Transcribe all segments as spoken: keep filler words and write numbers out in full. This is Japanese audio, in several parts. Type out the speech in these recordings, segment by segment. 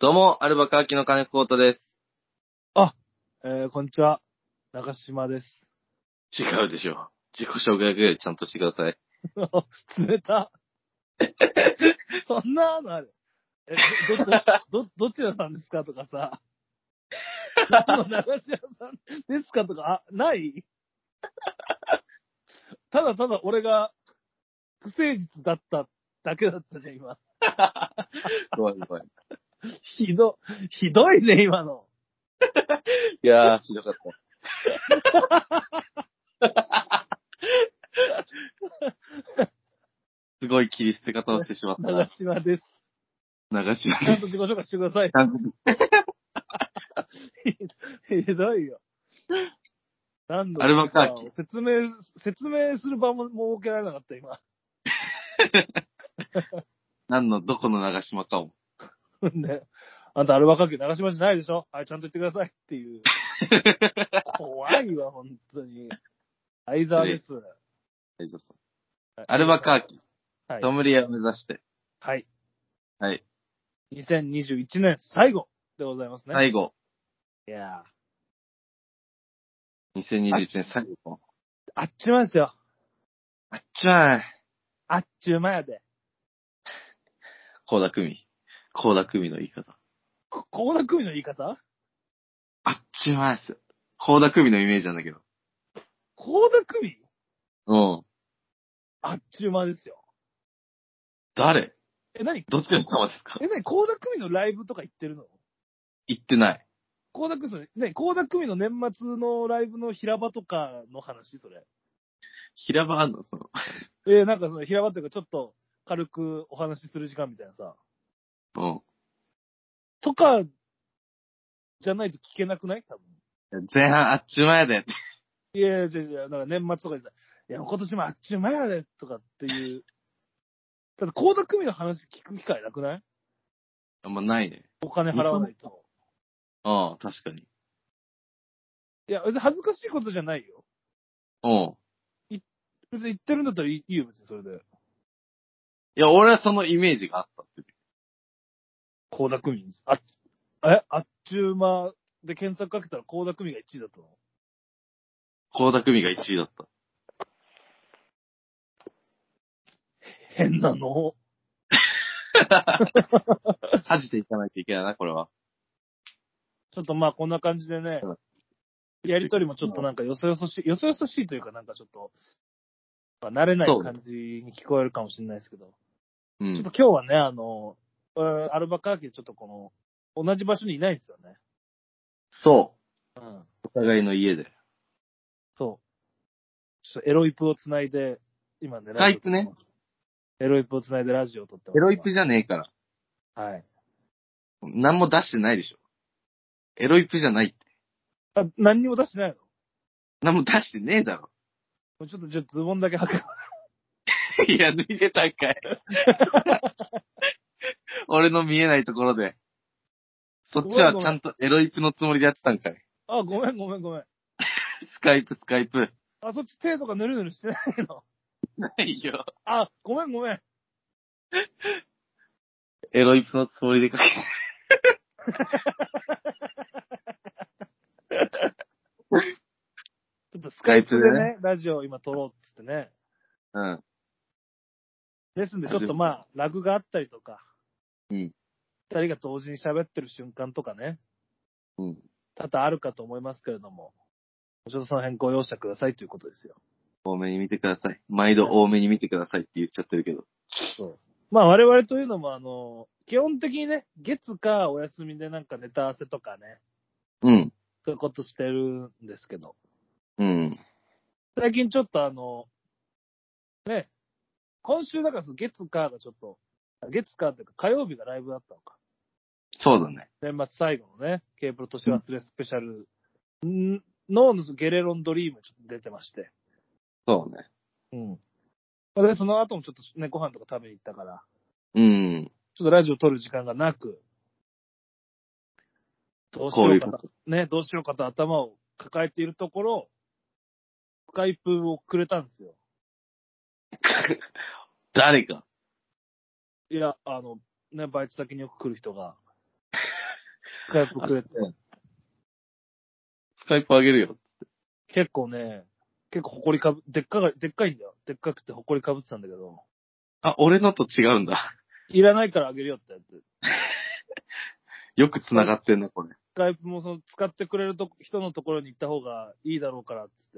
どうも、アルバカーキの金子コートです。 あ、えー、こんにちは。中島です。 違うでしょ。自己紹介ぐらいちゃんとしてください。 冷た。そんなのある。え、ど、ど、ど、どちらさんですかとかさ。何の長島さんですかとか、あ、ないただただ俺が不誠実だっただけだったじゃん、今。 ごめんごめん。 ひど、ひどいね、今の。 いやー、ひどかった。すごい切り捨て方をしてしまったな。 長島です。 長島ちゃんとです。 自己紹介してください。ひどいよ。何度アルバカーキ。 説明、説明する場も設けられなかった、今。 何の、どこの長島かも。 ね。あんたアルバカーキ長島じゃないでしょはい、ちゃんと言ってくださいっていう。怖いわ、本当に。相沢です。 アルバカーキ。 はい。 ソムリエを目指して。 はい。 はい。 にせんにじゅういちねん最後でございますね。 最後。 いやー。にせんにじゅういちねん最後。 あっちゅう間ですよ。 あっちゃー。 あっちゅう間やで。 コーダクミ。コーダクミの言い方。 こ、コーダ組の言い方あっちゅう間ですよ。コーダクミのイメージなんだけど。 コーダ組うん。 あっちゅう間ですよ。 誰え、何どっちの様ですか？ え、何コーダ組のライブとか行ってるの行ってない。 コーダ組の、ね、コーダ組の年末のライブの平場とかの話それ。 平場あんのその。 えー、なんかその平場というかちょっと軽くお話しする時間みたいなさ。 うん。 とか、じゃないと聞けなくない多分。 前半あっちゅう前で。 いやいや、違う違う、なんか年末とかでさ、いや、今年もあっちゅう前やで、とかっていう。ただ、コーダ組の話聞く機会なくないあんまないね。 お金払わないと。 ああ、確かに。 いや、別に恥ずかしいことじゃないよ。 うん。 別に言ってるんだったらいいいいよ、別にそれで。 いや、俺はそのイメージがあったって。 コーダ組。あ、え、あっちゅう間で検索かけたらコーダ組がいちいだったのコーダ組がいちいだった。 変なの。 恥じていかないといけないな、これは。 ちょっとまあこんな感じでね、 うんやりとりもちょっとなんかよそよそしい、よそよそしいというかなんかちょっと、まあ、慣れない感じに聞こえるかもしれないですけど、 うん。 ちょっと今日はね、あの、アルバカーキでちょっとこの、同じ場所にいないんですよね。 そうん。 う。お互いの家で。 そう。ちょっとエロイプを繋いで、今ね、 スカイプね。 エロイプを繋いでラジオを撮ってます。 エロイプじゃねえから。 はい。 何も出してないでしょ。エロイプじゃないって。 あ、何にも出してないの何も出してねえだろ。 もうちょっと、じゃあズボンだけ履く。 いや、脱いでたんかい。俺の見えないところで。そっちはちゃんとエロイプのつもりでやってたんかい。 あ、ごめんごめんごめん。 スカイプ、スカイプ。 あ、そっち手とかぬるぬるしてないのないよ。 あ、ごめんごめん。 エロイプのつもりでかけちょっとスカイプでね、ラジオを今撮ろうっつってね。 うん。 ですんで、ちょっとまあ、ラグがあったりとか、 うん。 二人が同時に喋ってる瞬間とかね、 うん。 多々あるかと思いますけれども、ちょっとその辺ご容赦くださいということですよ。 多めに見てください。毎度多めに見てくださいって言っちゃってるけど。 そう。まあ我々というのも、あの、基本的にね、月かお休みでなんかネタ合わせとかね、 うん。 そういうことしてるんですけど、 うん。 最近ちょっとあの、ね、今週だから月かがちょっと、月かっていうか火曜日がライブだったのか。 そうだね。 年末最後のね、ケーブル年忘れスペシャルのゲレロンドリームちょっと出てまして。 そうね。 うん。で、その後もちょっとね、ご飯とか食べに行ったから、 うん。 ちょっとラジオ撮る時間がなく、どうしようかと、ね、どうしようかと頭を抱えているところ、スカイプをくれたんですよ。 誰か。 いや、あの、ね、バイト先によく来る人が。 スカイプくれて。 スカイプあげるよ。 結構ね、結構埃かぶ、でっかが、でっかいんだよ。でっかくて埃かぶってたんだけど。 あ、俺のと違うんだ。 いらないからあげるよってやつ。 よく繋がってんな、これ。 スカイプもその使ってくれると人のところに行った方がいいだろうからっつって。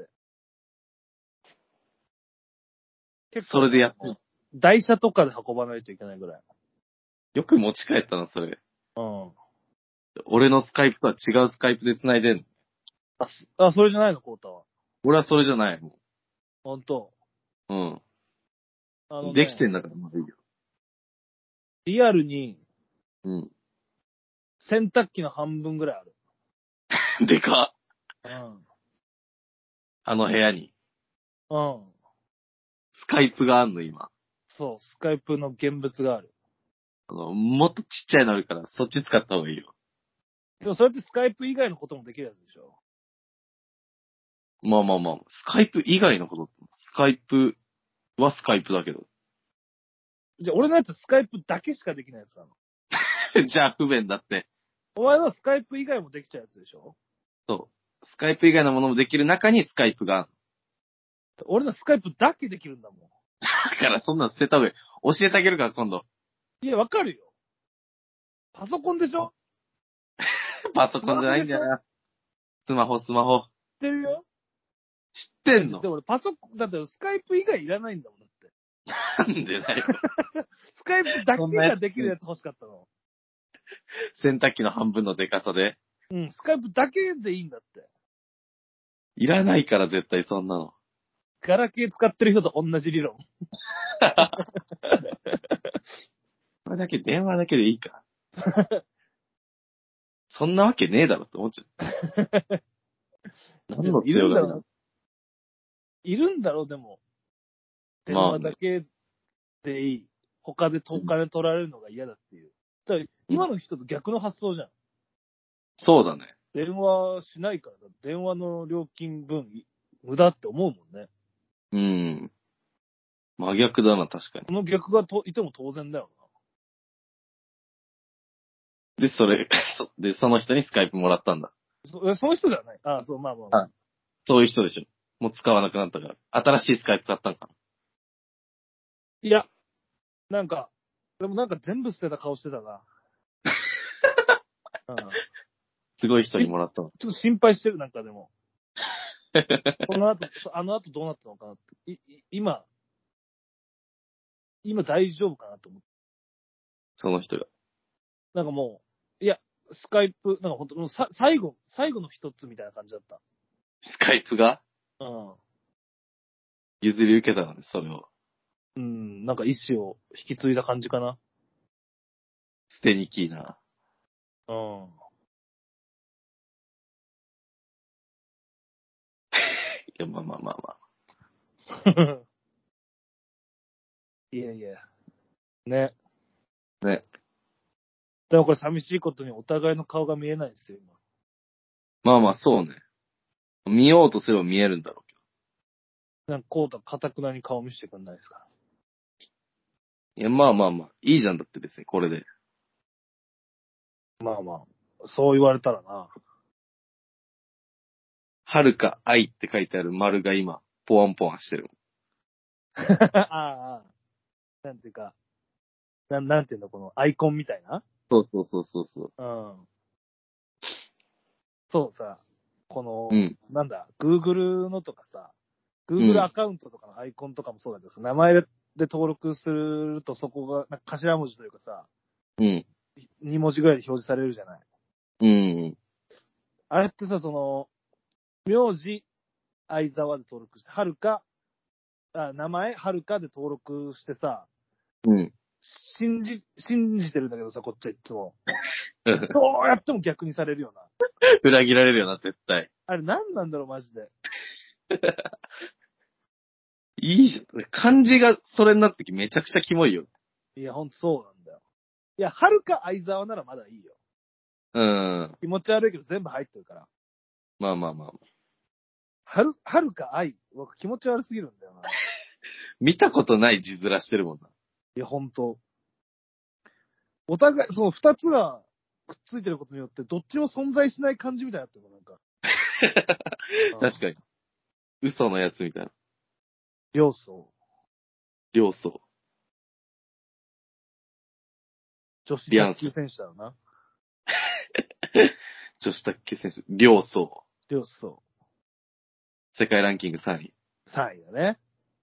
結構、 それでやってる。 台車とかで運ばないといけないぐらい。 よく持ち帰ったな、それ。 うん。 俺のスカイプとは違うスカイプで繋いでんの。 あ、そあそれじゃないの、コウタは。 俺はそれじゃないもほんと。 ん。うん。 あのね、 できてんだからまだいいよ。 リアルにうん。 洗濯機の半分ぐらいある。 でかっ。 うん。 あの部屋に。 うん。 スカイプがあんの、今。 そう、スカイプの現物がある。 あの、もっとちっちゃいのあるから、そっち使った方がいいよ。 でもそれってスカイプ以外のこともできるやつでしょ。 まあまあまあ、スカイプ以外のことって、スカイプはスカイプだけど。 じゃあ俺のやつスカイプだけしかできないやつなの。 じゃあ不便だって。 お前はスカイプ以外もできちゃうやつでしょ。 そう。スカイプ以外のものもできる中にスカイプがある。 俺のスカイプだけできるんだもん。 だからそんなの捨てた方がいい。教えてあげるから今度。 いや、わかるよ。パソコンでしょ。 パソコンじゃないんだよな。スマホ、スマホ。 知ってるよ。 知ってんのでも俺パソコン、だってスカイプ以外いらないんだもん、だって。 なんでだよ。 スカイプだけができるやつ欲しかったの。 洗濯機の半分のデカさで。 うん、スカイプだけでいいんだって。 いらないから絶対そんなの。 ガラケー使ってる人と同じ理論。 これだけ、電話だけでいいか。そんなわけねえだろって思っちゃう。何のいる強がりなのんだろう。いるんだろう、でも。電まあ話だけでいい。他でお金取られるのが嫌だっていう。だから今の人と逆の発想じゃん。 そうだね。 電話しないから、電話の料金分無駄って思うもんね。 うん。真逆だな、確かに。 この逆がといても当然だよで、それ、そで、その人にスカイプもらったんだ。 な。そえその人ではない。ああ、そう、まあまあまあ。 はいそういう人でしょ。もう使わなくなったから。新しいスカイプ買ったんかいや、なんか、でもなんか全部捨てた顔してたな。うん、ちょな。すごい人にもらったの。 っと心配してる、なんかでも。この後、あの後どうなったのかなって。いい今、今大丈夫かなと思って。 その人が。 なんかもう、いや、スカイプ、なんか本当もうさ、最後、最後の一つみたいな感じだった。 スカイプがう譲り受けたのね、それを。 ん。うん、なんか意思を引き継いだ感じかな。 捨てにきいな。 うん。 いや、まあまあまあまあ。 いやいや。ね。 ね。 でもこれ寂しいことにお互いの顔が見えないんですよ、今。 まあまあ、そうね。見ようとすれば見えるんだろうけなんかこうたかたくなに顔見せてくんないですか。 ど。いや、まあまあまあ。いいじゃんだって別に、これで。 まあまあ、そう言われたらな。 はるか愛って書いてある丸が今、ポワンポワンしてる。 ああ、ああ。なんていうか、なん、なんていうの、このアイコンみたいな。 そうそうそうそうそう。 うん。そうさ、この、 うん。 なんだ、Google のとかさ、 うん Google アカウントとかのアイコンとかもそうだけどさ、名前でで登録するとそこが、なんか頭文字というかさ、 うん。 に文字ぐらいで表示されるじゃない。 うん。 あれってさ、その、名字、相沢で登録して、はるか、あ名前、はるかで登録してさ、 うん。 信じ、信じてるんだけどさ、こっちはいつも。 うん。 どうやっても逆にされるよな。 裏切られるよな、絶対。 あれ何なんだろう、マジで。 いいじゃん。漢字がそれになってきめちゃくちゃキモいよ。 いや、ほんとそうなんだよ。いや、はるか相沢ならまだいいよ。 うん。 気持ち悪いけど全部入ってるから。 まあまあまあ。 はる、はるか愛。僕気持ち悪すぎるんだよな。 見たことない字面してるもんな。 いや、ほんと。お互い、その二つがくっついてることによって、どっちも存在しない感じみたいになってるの、なんか。 確かに。嘘のやつみたいな。 要素。 両層。 女子卓球選手だろうな。 女子卓球選手、両層。 要素。 世界ランキングさんい。 さんいだね。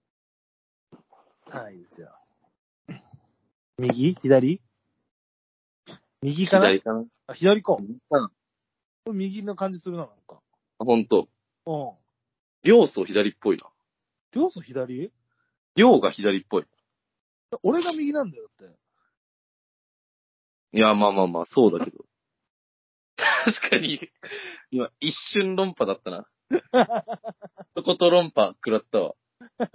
さんいですよ。右左右かな左かなあ、左か。 うん。 右の感じするな、なんか。 あ、ほんと。 うん。 両層左っぽいな。 要素左両が左っぽい。 俺が右なんだよって。 いや、まあまあまあ、そうだけど。確かに、今、一瞬論破だったな。一言論破食らったわ。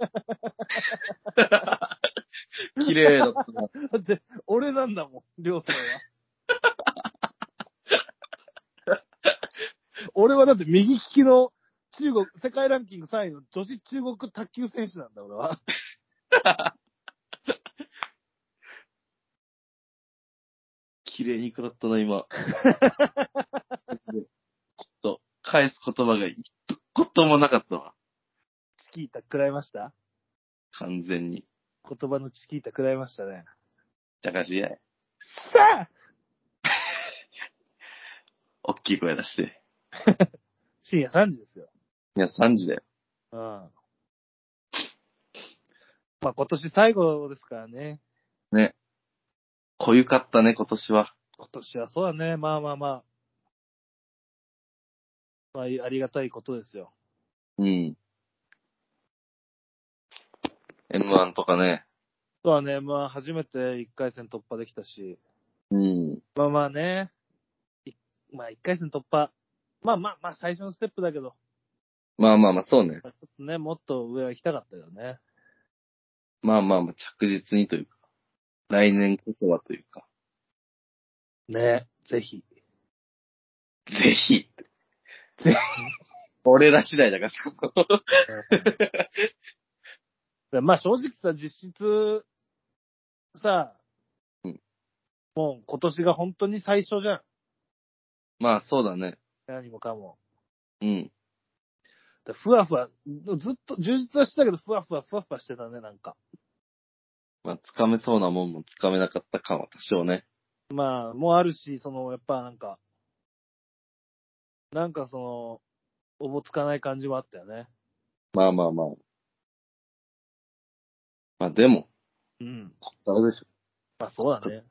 綺麗だったな。 だって、俺なんだもん、りょうさんは。俺はだって右利きの中国、世界ランキングさんいの女子中国卓球選手なんだ、俺は。 綺麗に食らったな、今。ちょっと、返す言葉が一言もなかったわ。 チキータ食らいました？ 完全に。 言葉のチキータ食らいましたね。 茶化しやい。 さあおっきい声出して。 深夜さんじですよ。 いや、さんじだよ。 うん。まあ今年最後ですからね。 ね。濃ゆかったね、今年は。 今年はそうだね。まあまあまあ。まあ、ありがたいことですよ。 うん。エムワン とかね。 そうはね、まあ初めていっかい戦突破できたし。 うん。 まあまあね。いまあいっかい戦突破。まあまあまあ最初のステップだけど。 まあまあまあ、そうね。 ちょっとね、もっと上は行きたかったよね。 まあまあまあ、着実にというか。来年こそはというか。 ね、ぜひ。 ぜひ。 ぜひ。 俺ら次第だから、そこ。 まあ正直さ、実質、さ、 うん、 もう今年が本当に最初じゃん。 まあそうだね。 何もかも。 うん。 だふわふわ、ずっと充実はしてたけど、ふわふわふわふわしてたね、なんか。 まあ、つかめそうなもんもつかめなかった感は多少ね。 まあ、もうあるし、その、やっぱなんか、なんかその、おぼつかない感じもあったよね。 まあまあまあ。まあでも、 うん。 あれでしょ。 まあそうだね。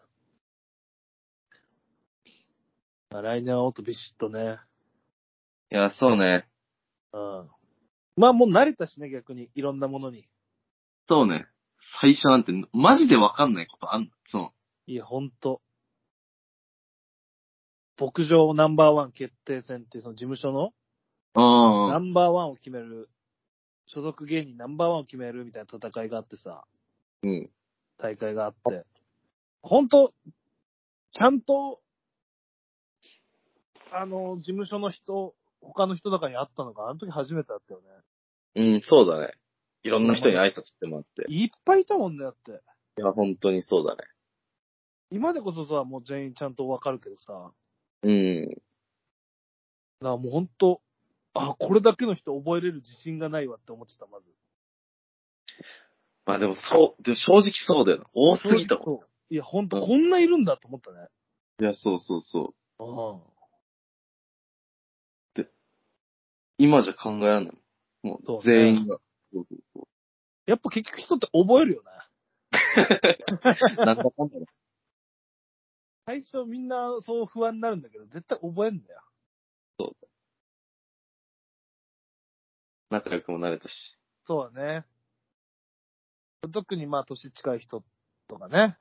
まあ来年はもっとビシッとね。 いや、そうね。 うん。まあもう慣れたしね、逆に。いろんなものに。 そうね。最初なんて、マジでわかんないことあんの。その、 いや、ほんと。牧場ナンバーワン決定戦っていうその事務所のああ、 ナンバーワンを決める、所属芸人ナンバーワンを決めるみたいな戦いがあってさ、 うん。 大会があって。ほんと、ちゃんと、あの、事務所の人、他の人とかに会ったのが、あの時初めてだったよね。 うん、そうだね。いろんな人に挨拶してもらって。 いっぱいいたもんね、だって。 いや、本当にそうだね。 今でこそさ、もう全員ちゃんとわかるけどさ、 うん。 だからもうほんと、あ、これだけの人覚えれる自信がないわって思ってた、まず。 まあでもそう、でも正直そうだよな。多すぎたもん。 そう。いや、ほんと、 うんこんないるんだと思ったね。 いや、そうそうそあう。で、今じゃ考えられない。もう、 そうね全員が。そうそうそやっぱ結局人って覚えるよね。 う。なんだかんだね。 最初みんなそう不安になるんだけど、絶対覚えんだよ。 そう仲良くもなれたし。 そうだね。特にまあ年近い人とかね。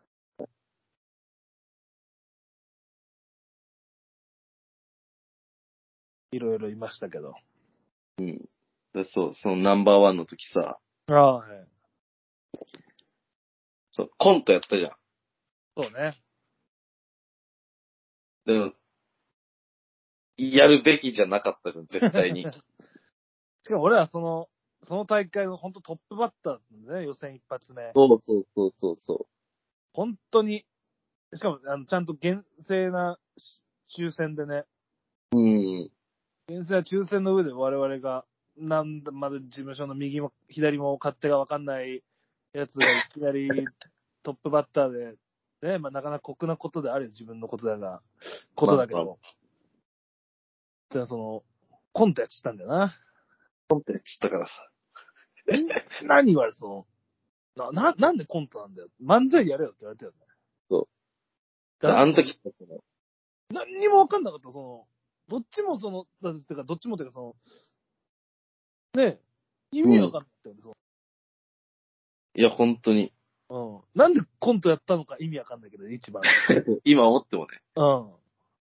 いろいろいましたけど。 うん。でそう、そのナンバーワンの時さ、 ああ、はい。 そう、コントやったじゃん。 そうね。 でも、やるべきじゃなかったじゃん、絶対に。 しかも俺はその、その大会の本当トップバッターだったんだね、予選一発目。 そうそうそうそうそ本当に、しかもあのちゃんと厳正な抽選でね。 うん。 厳正は抽選の上で我々が、なんだ、まだ事務所の右も左も勝手がわかんないやつがいきなりトップバッターで、ね、まあなかなか酷なことであるよ、自分のことだが、ことだけど。 まあでその、コントやっちゃったんだよな。 コントやっちったからさ。 何言われて、その、な、な、なんでコントなんだよ。漫才やれよって言われたよね。 そう。 だからあの時ってその、 何にもわかんなかった、その、どっちもその、だってか、どっちもっていうか、その、ね、意味わかんなかったよね、 いや、本当に。 その、うん。なんでコントやったのか意味わかんないけど、一番。 今思ってもね、 うん。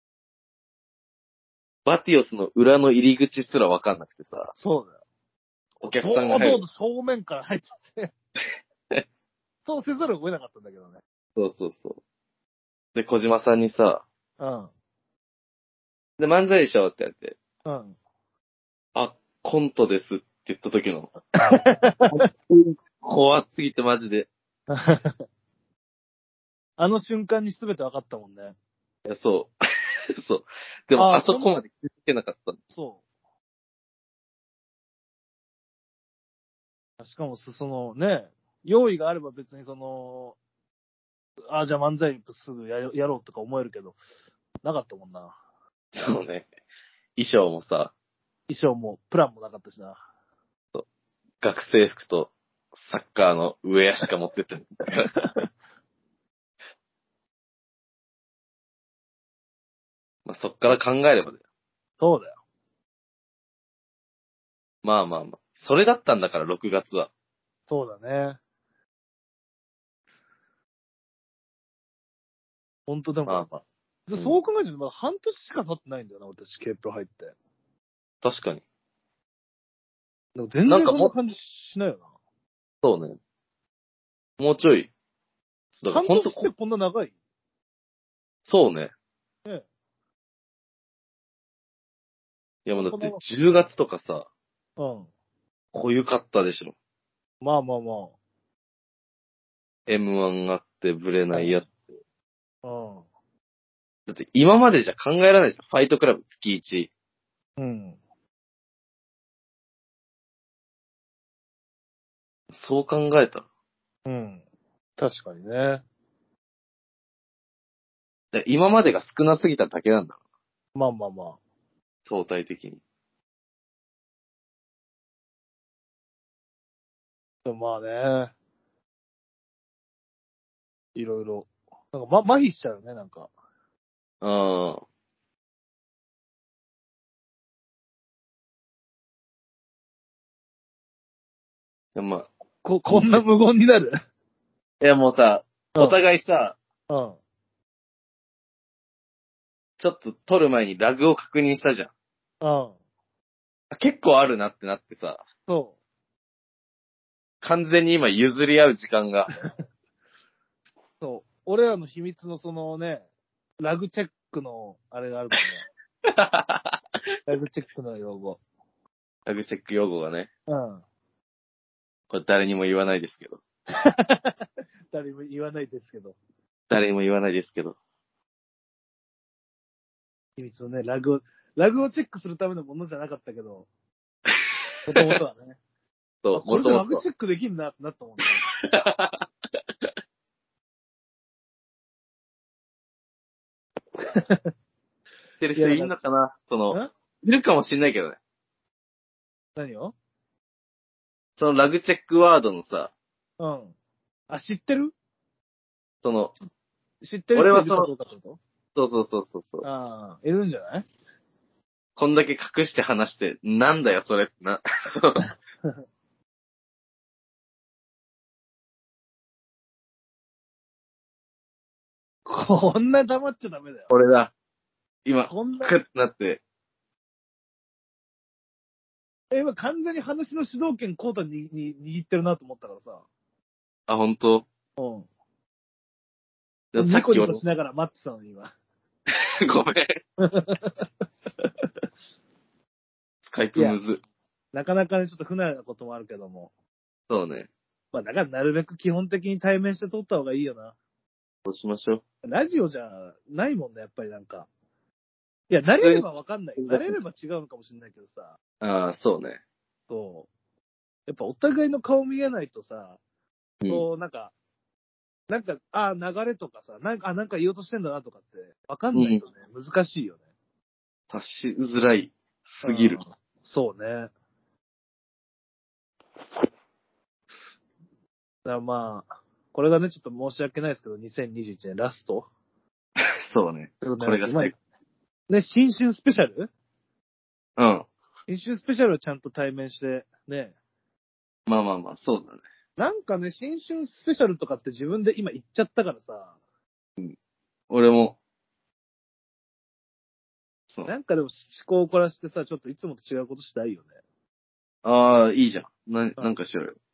バティオスの裏の入り口すらわかんなくてさ、 そうだよ。 お客さんが入る堂々と。正面から入ってて、そうせざるを得なかったんだけどね。 そうそうそう。で、小島さんにさ、 うん。 で、漫才でしょって言われて、 うん。 あ、コントですって言った時の、怖すぎてマジで。 あの瞬間に全て分かったもんね。 いや、そう。そう。でも、 ああそこまで気づけなかった。 そう。しかも、そのね、用意があれば別にその、あ、じゃあ漫才すぐやろやろうとか思えるけど、なかったもんな。 そうね。衣装もさ、 衣装も、プランもなかったしな。 学生服とサッカーのウェアしか持ってって。まあ、そっから考えればだよ。 そうだよ。 まあまあまあ。それだったんだから、ろくがつは。 そうだね。ほんとでも、 まあまあ。 でうんそう考えてみるとまだ半年しか経ってないんだよな、俺たち K プロ入って。 確かに。 なんか全然なんかもそんな感じしないよな。 そうね。もうちょい。だから半ほんとこ、 年ってこんな長いそうね。 ね。 いやもうだってじゅうがつとかさ、 うん。 濃ゆかったでしょ。 まあまあまエムワン あってブレないやつ。 あ。うだって今までじゃ考えられないですよ。ファイトクラブ月いち。 ん。うん。 そう考えたら。 うん。確かにね。 で今までが少なすぎただけなんだろう。 まあまあまあ。 相対的に。 でもまあね。いろいろ。なんか、ま、麻痺しちゃうよね、なんか。 ああ。いやまあ、 こ、こんな無言になるいやもうさ、 うんお互いさ、 うん。 ちょっと撮る前にラグを確認したじゃん。 うん。 あ結構あるなってなってさ、 そ完全に今譲り合う時間が。 う。そう。俺らの秘密のそのね、ラグチェックの、あれがあるからね。ラグチェックの用語。 ラグチェック用語がね。 うん。 これ誰にも言わないですけど。 誰も言わないですけど。 誰にも言わないですけど。 秘密のね、ラグを、ラグをチェックするためのものじゃなかったけど、もともとはね。 そう、 あこれでもともと。 ラグチェックできんなってなったもんね。 知ってる人いんのかなその、 んいるかもしんないけどね。 何をそのラグチェックワードのさ、 うん。あ、知ってるその、 知ってる人いるかどうかってこそうそうそうそうそうと。ああ、いるんじゃないこんだけ隠して話して、なんだよそれってな。そうこんな黙っちゃダメだよ。 俺だ。今、 こんなクッてなって、 え今完全に話の主導権コータにに握ってるなと思ったからさ。 あ、本当うん。 でもさニコニっき俺、 コしながら待ってたのに今。 ごめん。スカイプむず。 なかなかね、ちょっと不慣れなこともあるけども。 そうね。 まあだからなるべく基本的に対面して撮った方がいいよな。 そうしましょう。 ラジオじゃないもんね、やっぱりなんか。 いや、慣れればわかんない。慣れれば違うのかもしれないけどさ。 ああ、そうね。 そう。やっぱお互いの顔見えないとさ、 うん。 そう、なんか、なんか、あ流れとかさ、なんか、あ、なんか言おうとしてんだなとかって、わかんないとね、難しいよね。 察しづらいすぎる。 うんそうね。だからまあ、これがね、ちょっと申し訳ないですけど、にせんにじゅういちねんラスト。 そうね。これが最後。 ね、新春スペシャルうん。 新春スペシャルをちゃんと対面して、ね。 まあまあまあ、そうだね。 なんかね、新春スペシャルとかって自分で今言っちゃったからさ、 俺も、そう。 なんかでも思考を凝らしてさ、ちょっといつもと違うことしたいよね。 ああ、いいじゃん。な、 うんなんかしようよ。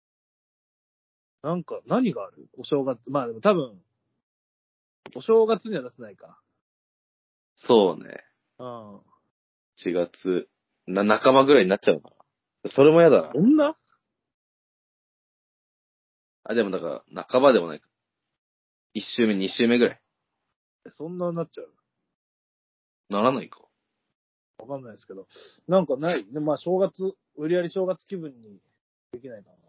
なんか、何があるお正月。まあでも多分、お正月には出せないか。 そうね。 うん。 しがつ、な、半ばぐらいになっちゃうかな。それも嫌だな。 そんなあ、でもだから、半ばでもないか。一週目、二週目ぐらい。 そんなになっちゃうならないか。 わかんないですけど。なんかない。で、まあ正月、無理やり正月気分にできないかな。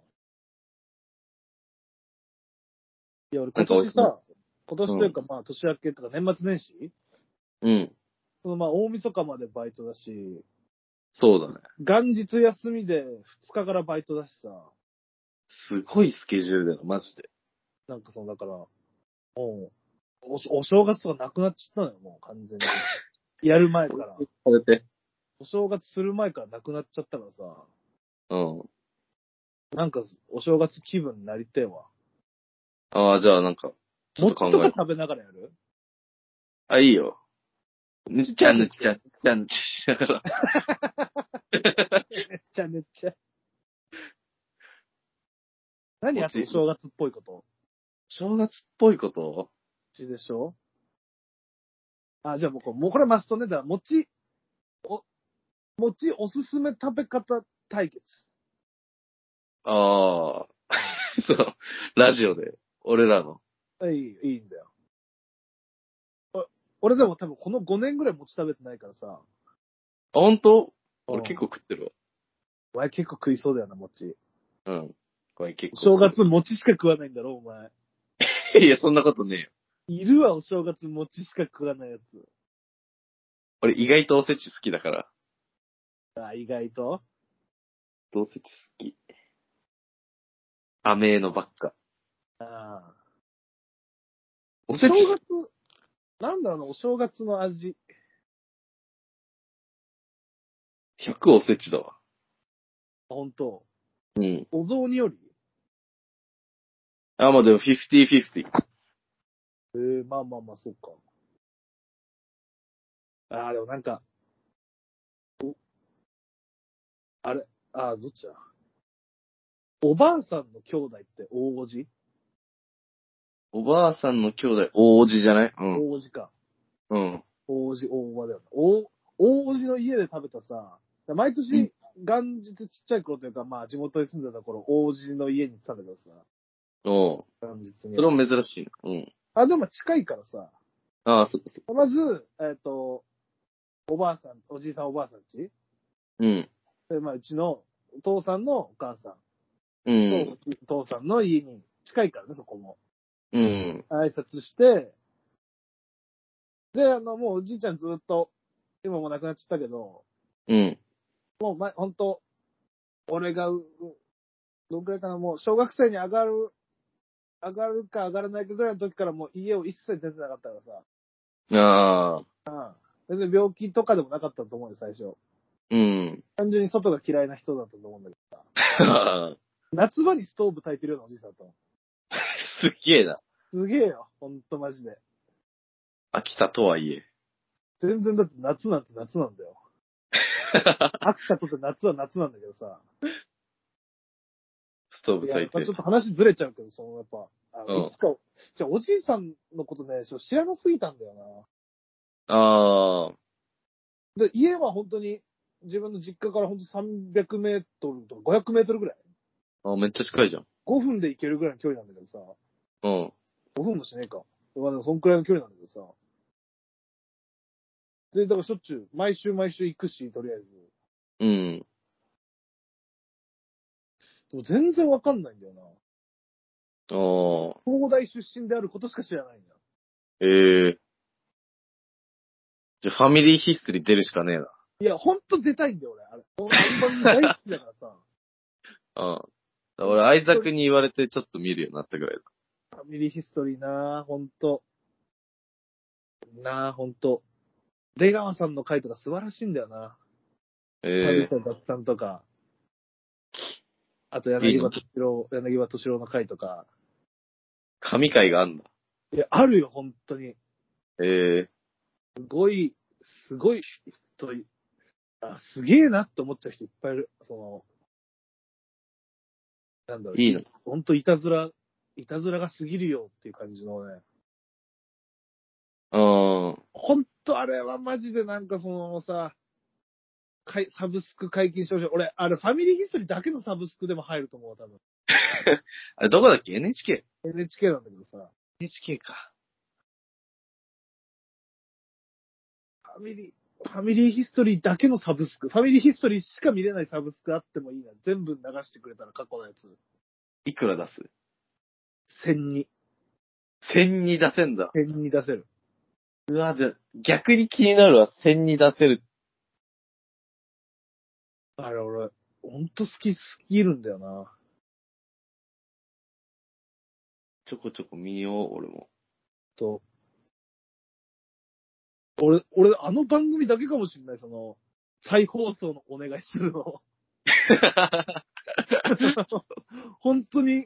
いや、俺今年さ、今年というかまあ年明けとか年末年始うん。 そのまあ大晦日までバイトだし、 そうだね。 元日休みでふつかからバイトだしさ、 すごいスケジュールだよ、マジで。 なんかその、だから、もう、お、お正月とかなくなっちゃったのよ、もう完全に。やる前から。 されて。 お正月する前からなくなっちゃったからさ、 うん。 なんかお正月気分になりてえわ。 ああ、じゃあなんか、ちょっと考える。 餅とか食べながらやるあ、いいよ。ぬっちゃぬっちゃ、ぬっちゃぬっちゃしながら。 めっちゃめっちゃ。何やつお正月っぽいこと正月っぽいことちでしょあ、じゃあもうこれ、もうこれマストね。だから餅、お、餅おすすめ食べ方対決。 ああ。そう。ラジオで、俺らの。 いい、いいんだよ。お俺でも多分このごねんぐらい餅食べてないからさ。 あ、本当うん俺結構食ってるわ。 お前結構食いそうだよな、餅。 うん。これ結構正食う。 月餅しか食わないんだろ、お前。 いや、そんなことねえよ。 いるわ、お正月餅しか食わないやつ。 俺意外とおせち好きだから。 あ、意外とおせち好き。甘えのばっか。 ああ。 おせち正月、なんだろうな、お正月の味。 ひゃくおせちだわ。 ほんと。 うん。 お雑煮よりあ、まあでも、フィフティフィフティ。 ええー、まあまあまあ、そっか。ああ、でもなんか、あれ、ああ、どっちだおばあさんの兄弟って大おじおばあさんの兄弟、大おじじゃないうん。 大おじか。 うん。 大おじ、大おばだよな。大、大おじの家で食べたさ、毎うん年、元日ちっちゃい頃というか、まあ地元に住んでた頃、大おじの家に食べたさ、 おう。 元日にそれも珍しいな。うん。 あ、でも近いからさ、 ああ、そ、そ、 まず、えっ、と、おばあさん、おじいさんおばあさんちうん。 で、まあうちのお父さんのお母さんうと、 ん。 お父さんの家に近いからね、そこも。 うん。 挨拶して、で、あの、もうおじいちゃんずっと、今もう亡くなっちゃったけど、 うん。 もう、ま、ほんと、俺がう、どんくらいかな、もう小学生に上がる、上がるか上がらないかぐらいの時からもう家を一切出てなかったからさ、 ああ。 別に病気とかでもなかったと思うよ、最初。 うん。 単純に外が嫌いな人だったと思うんだけどさ。夏場にストーブ焚いてるようなおじいさんだったの。 すげえな。 すげえよ、ほんとマジで。 飽きたとはいえ。 全然だって夏なんて夏なんだよ。飽きたとって夏は夏なんだけどさ。 ストーブいや、 焚いて。 ちょっと話ずれちゃうけど、そのやっぱ、あうんいつか、じゃあおじいさんのことね、ちょっと知らなすぎたんだよな。 ああ。 で、家は本当に、自分の実家から本当さんびゃくメートルとかごひゃくメートルぐらい。 あ、めっちゃ近いじゃん。 ごふんで行けるぐらいの距離なんだけどさ。 うん。 ごふんもしねえか。まあでもそんくらいの距離なんだけどさ。 で、だからしょっちゅう、毎週毎週行くし、とりあえず。 うん。 でも全然わかんないんだよな。 ああ。 東大出身であることしか知らないんだ。 ええじゃあ、ファミリーヒストリー出るしかねえな。 いや、ほんと出たいんだよ、俺。あれ。あの番組大好きだからさ。 ああ。俺、アイザクに言われてちょっと見るようになったぐらいだ。 ファミリーヒストリーなぁ、ほんと。なぁ、ほんと。出川さんの回とか素晴らしいんだよな。 ええ旅と雑さんとか。あといいの柳葉敏郎、柳葉敏郎の回とか。 神回があんだ。 いや、あるよ、ほんとに。 ええすごい、すごい人い、あ、すげえなって思っちゃう人いっぱいいる。その、なんだろう。 いいのほんといたずら、いたずらが過ぎるよっていう感じのね。 ああ。 ほんとあれはマジでなんかそのさ、かいサブスク解禁してほしい。俺、あれファミリーヒストリーだけのサブスクでも入ると思う、多分。 あれ、どこだっけ ?エヌエイチケー?エエヌエイチケー なんだけどさ、 ヌエイチケー か。 ファミリー、ファミリーヒストリーだけのサブスク。ファミリーヒストリーしか見れないサブスクあってもいいな。全部流してくれたら過去のやつ。 いくら出す千に。 千に出せんだ。 千に出せる。 うわ、じゃ、逆に気になるわ。千に出せる。 あれ俺、ほんと好きすぎるんだよな。 ちょこちょこ見よう、俺も。 と。俺、俺、あの番組だけかもしんない、その、再放送のお願いするの。本当に、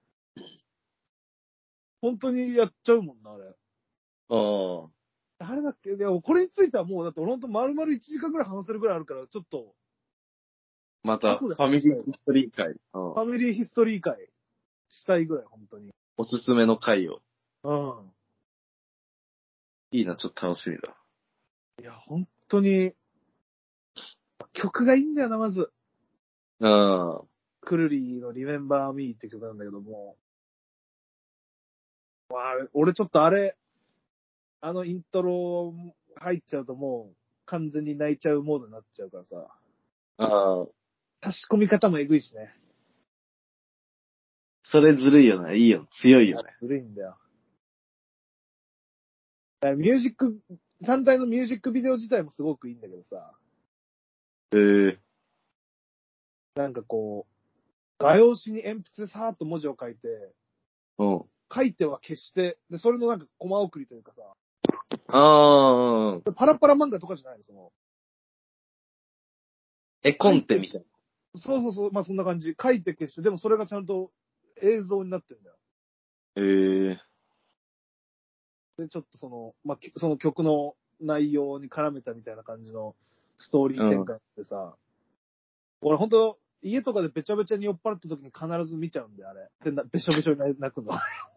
本当にやっちゃうもんな、あれ。 ああ。 誰だっけいや、これについてはもう、だってほんと丸々いちじかんぐらい話せるぐらいあるから、ちょっと、 また、フ後でァミリーヒストリー会。うんファミリーヒストリー会したいぐらい、本当に。 おすすめの回を。 うん。 いいな、ちょっと楽しみだ。 いや、本当に、曲がいいんだよな、まず。 ああ。 クルリーの Remember Me って曲なんだけども。まあ、俺ちょっとあれ、あのイントロ入っちゃうともう完全に泣いちゃうモードになっちゃうからさ。 ああ。 差し込み方もえぐいしね。 それずるいよね。いいよ。強いよね。 ずるいんだよ。だからミュージック、単体のミュージックビデオ自体もすごくいいんだけどさ。 へえ。 なんかこう、画用紙に鉛筆でさーっと文字を書いて、 うん。 書いては消して、で、それのなんかコマ送りというかさ、 ああ。 パラパラ漫画とかじゃないの、その。 絵コンテみたいそうそうそう、まあそんな感じ。書いて消して、でもそれがちゃんと映像になってんだよ。 な。へえ。 で、ちょっとその、まあ、きその曲の内容に絡めたみたいな感じのストーリー展開ってさ、俺ほんと、家とかでべちゃべちゃに酔っ払った時に必ず見ちゃうんだよ、あれ。で、なべしょべしょに泣くの。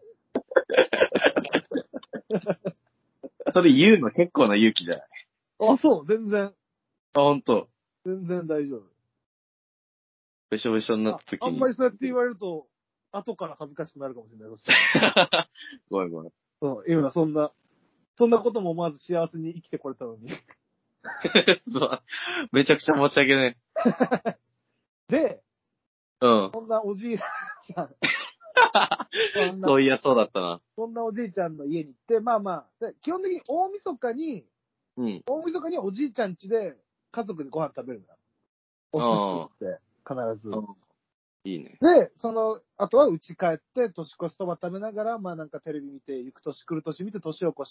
それ言うの結構な勇気じゃないあ、そう、全然、 あ、ほんと。 全然大丈夫。 べしょべしょになっあた時に。 あんまりそうやって言われると、後から恥ずかしくなるかもしれない。そしたら。 ごめんごめん。 そう、今そんな、そんなことも思わず幸せに生きてこれたのに。 そう。めちゃくちゃ申し訳ねで、 え。うん。 そんなおじいさん、そんなそういやそうだったな。 そんなおじいちゃんの家に行って、まあまあ、で基本的に大晦日に、 うん。 大晦日におじいちゃん家で家族でご飯食べるんだよ。お寿司って、必ず。 うんいいね。 で、その、あとは家帰って、年越しそば食べながら、まあなんかテレビ見て、行く年来る年見て、年を越して、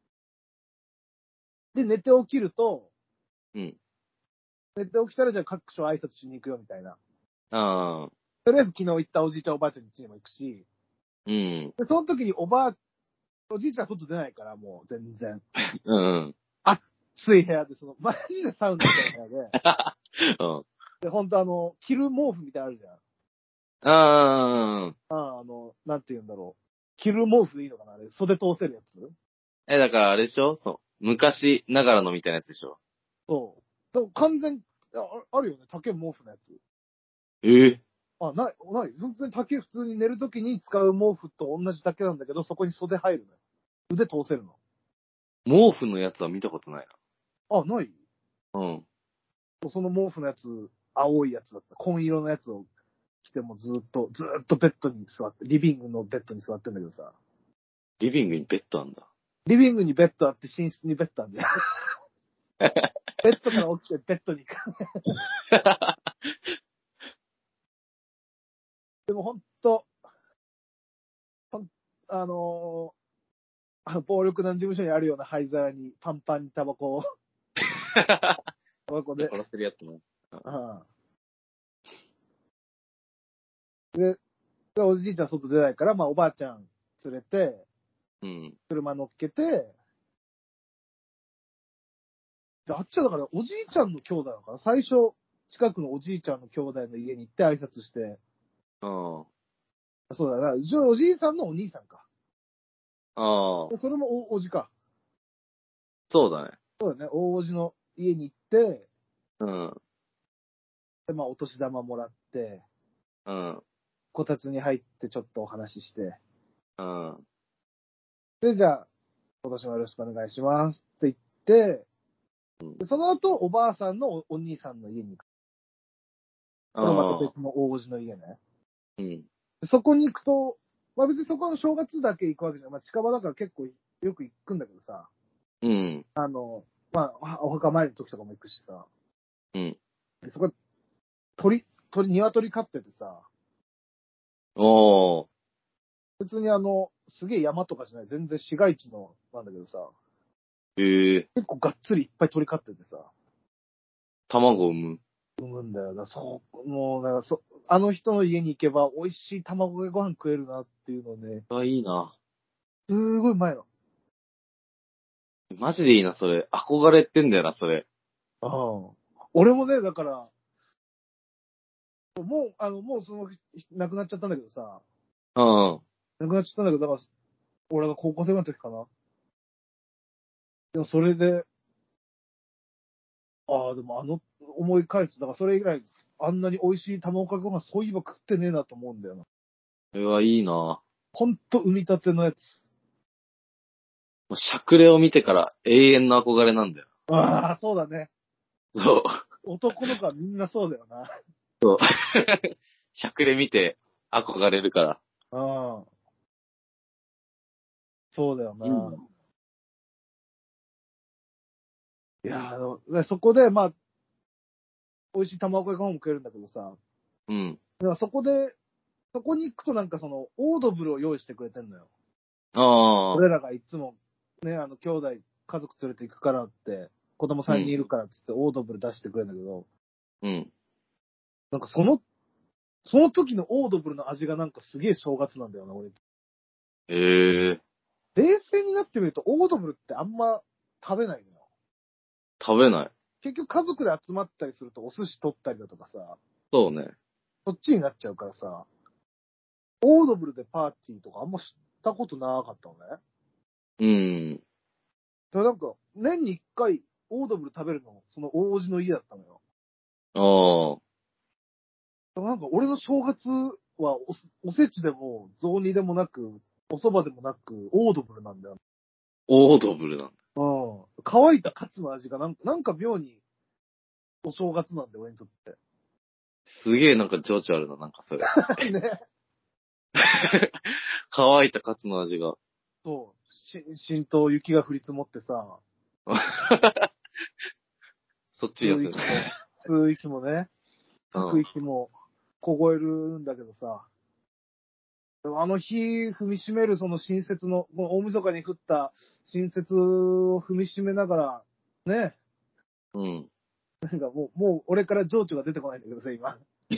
で、寝て起きると、 うん。 寝て起きたらじゃあ各所挨拶しに行くよみたいな。 ああ。 とりあえず昨日行ったおじいちゃんおばあちゃん家にも行くし、 うん。 で、その時におばあ、おじいちゃん外出ないからもう全然。 うん。 暑い部屋で、その、マジでサウナみたいな部屋で、 うん。 で、ほんとあの、着る毛布みたいなのあるじゃん。 ああ。 ああ、あの、なんて言うんだろう。着る毛布でいいのかなあれ、袖通せるやつえ、だからあれでしょそう。昔ながらのみたいなやつでしょそう。でも完全、ああるよね、竹毛布のやつ。 ええあ、ない、ない。全然竹普通に寝るときに使う毛布と同じだけなんだけど、そこに袖入るのよ。腕通せるの。 毛布のやつは見たことないあ、ない？ うん。 その毛布のやつ、青いやつだった。紺色のやつを着てもずっと、ずっとベッドに座って、リビングのベッドに座ってんだけどさ。 リビングにベッドあんだ。 リビングにベッドあって、寝室にベッドあんだよ。ベッドから起きてベッドに行く。でもほんと、ほん、あのー、あの暴力団事務所にあるような灰皿にパンパンにタバコを、タバコで。 殺せるやつね。 ああで、でおじいちゃん外出ないから、まあおばあちゃん連れて、 うん。 車乗っけて、であっちはだからおじいちゃんの兄弟なのかな、最初、近くのおじいちゃんの兄弟の家に行って挨拶して、 あそうだな、一応おじいさんのお兄さんか。 あ。ああ。 それもお、おじか。 そうだね。 そうだね、大おじの家に行って、 うん。 で、まあお年玉もらって、 うん。 こたつに入ってちょっとお話しして、 うん。 で、じゃあ、今年もよろしくお願いしますって言って、でその後、おばあさんのお、お兄さんの家に行く。これまたああ。 別の大おじの家ね。 うん。 でそこに行くと、まあ別にそこの正月だけ行くわけじゃない。まあ近場だから結構よく行くんだけどさ、 うん。 あの、まあ、お墓参りの時とかも行くしさ、 うん。 でそこ、鳥、鳥、鶏飼っててさ、 おー。 別にあの、すげえ山とかじゃない、全然市街地のなんだけどさ、 ええ。 結構がっつりいっぱい鳥飼っててさ、 卵を産む。 産むんだよな。そう、もうなんかそ、あの人の家に行けば美味しい卵かけご飯食えるなっていうのをね、 あ、いいな。 すごいうまいの。 マジでいいな、それ。憧れてんだよな、それ。 ああ。俺もね、だから、もう、あの、もうその、亡くなっちゃったんだけどさ、 うん。 亡くなっちゃったんだけど、だから、俺が高校生の時かな。でもそれで、ああ、でもあの、思い返す。だからそれ以来、あんなに美味しい卵かけご飯、そういえば食ってねえなと思うんだよな。 うわ、いいな。 ほんと、産みたてのやつ。 もうしゃくれを見てから永遠の憧れなんだよ。 ああ、そうだね。 そう。 男の子はみんなそうだよな。 そう。しゃくれ見て憧れるから。 ああ、そうだよいいな。 な。いやーあのでそこで、まあ、美味しい卵かけご飯も食えるんだけどさ、 うん。 だからそこで、そこに行くとなんかその、オードブルを用意してくれてんのよ。 ああ。 俺らがいつも、ね、あの、兄弟、家族連れて行くからって、子供さんにんいるからっつって、オードブル出してくれるんだけど、 うん。 なんかその、その時のオードブルの味がなんかすげえ正月なんだよな、俺。 ええ。 冷静になってみると、オードブルってあんま食べないのよ。 食べない。 結局家族で集まったりするとお寿司取ったりだとかさ、 そうね。 そっちになっちゃうからさ、オードブルでパーティーとかあんま知ったことなかったのね。 うん。 でもなんか、年に一回、オードブル食べるの、その大叔父の家だったのよ。 ああ。 でもなんか、俺の正月はおせ、おせちでも、雑煮でもなく、お蕎麦でもなく、オードブルなんだよ。 オードブルなんだ。 うん。乾いたカツの味がなんか、なんか妙に、お正月なんだよ、俺にとって。 すげえなんか情緒あるな、なんかそれ。 ね。 乾いたカツの味が。 そう。し、浸透雪が降り積もってさ、 そっち寄せる。 吸う息も、吸う息もね、吐く息も凍えるんだけどさ、でもあの日踏みしめるその新雪の、もう大晦日に降った新雪を踏みしめながら、ね、 うん。 なんかもう、もう俺から情緒が出てこないんだけどさ、今。